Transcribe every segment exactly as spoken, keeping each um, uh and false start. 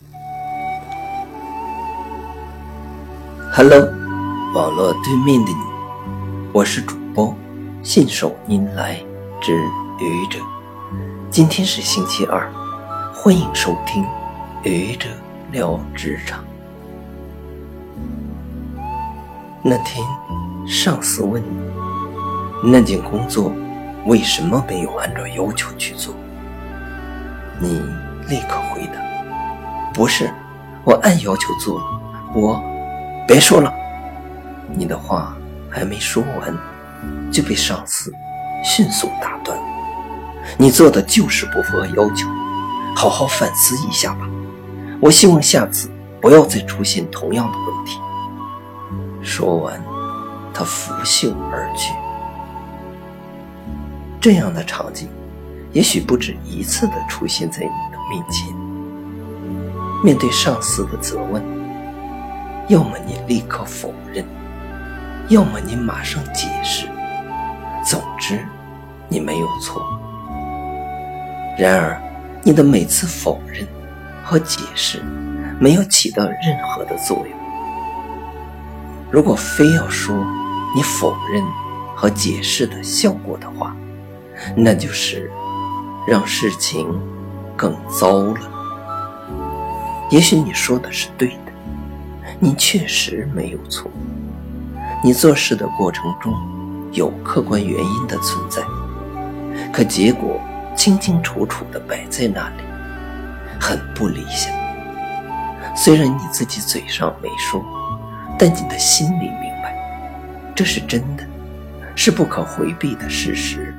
Hello， 网络对面的你，我是主播信手拈来之愚者。今天是星期二，欢迎收听愚者聊职场。那天上司问你，那件工作为什么没有按照要求去做？你立刻回答，不是，我按要求做，我别说了。你的话还没说完，就被上司迅速打断了。你做的就是不符合要求，好好反思一下吧。我希望下次不要再出现同样的问题。说完，他拂袖而去。这样的场景也许不止一次地出现在你的面前。面对上司的责问，要么你立刻否认，要么你马上解释，总之你没有错。然而你的每次否认和解释没有起到任何的作用。如果非要说你否认和解释的效果的话，那就是让事情更糟了。也许你说的是对的，你确实没有错，你做事的过程中有客观原因的存在，可结果清清楚楚地摆在那里，很不理想。虽然你自己嘴上没说，但你的心里明白，这是真的，是不可回避的事实。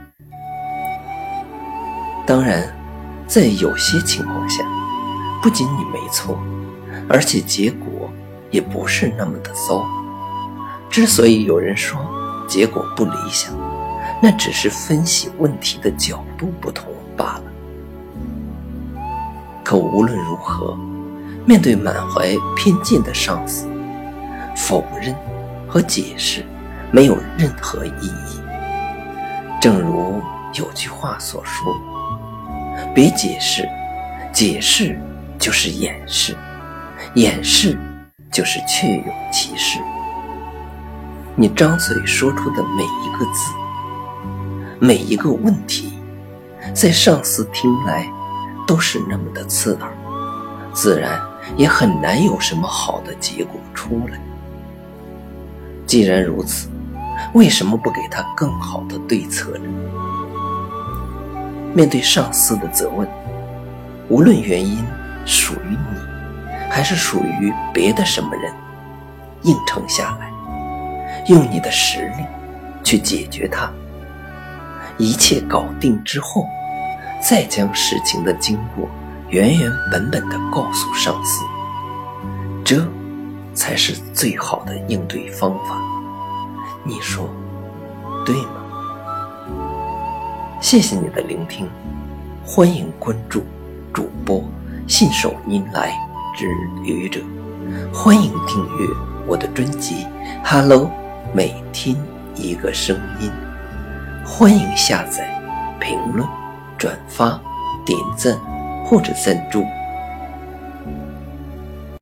当然，在有些情况下，不仅你没错，而且结果也不是那么的糟。之所以有人说结果不理想，那只是分析问题的角度不同罢了。可无论如何，面对满怀偏见的上司，否认和解释没有任何意义。正如有句话所说，别解释，解释就是掩饰，掩饰就是确有其事。你张嘴说出的每一个字，每一个问题，在上司听来都是那么的刺耳，自然也很难有什么好的结果出来。既然如此，为什么不给他更好的对策呢？面对上司的责问，无论原因属于你还是属于别的什么人，应承下来，用你的实力去解决它。一切搞定之后，再将事情的经过原原本本地告诉上司，这才是最好的应对方法。你说对吗？谢谢你的聆听，欢迎关注主播信手拈来之愚者，欢迎订阅我的专辑 Hello， 每天一个声音，欢迎下载、评论、转发、点赞或者赞助。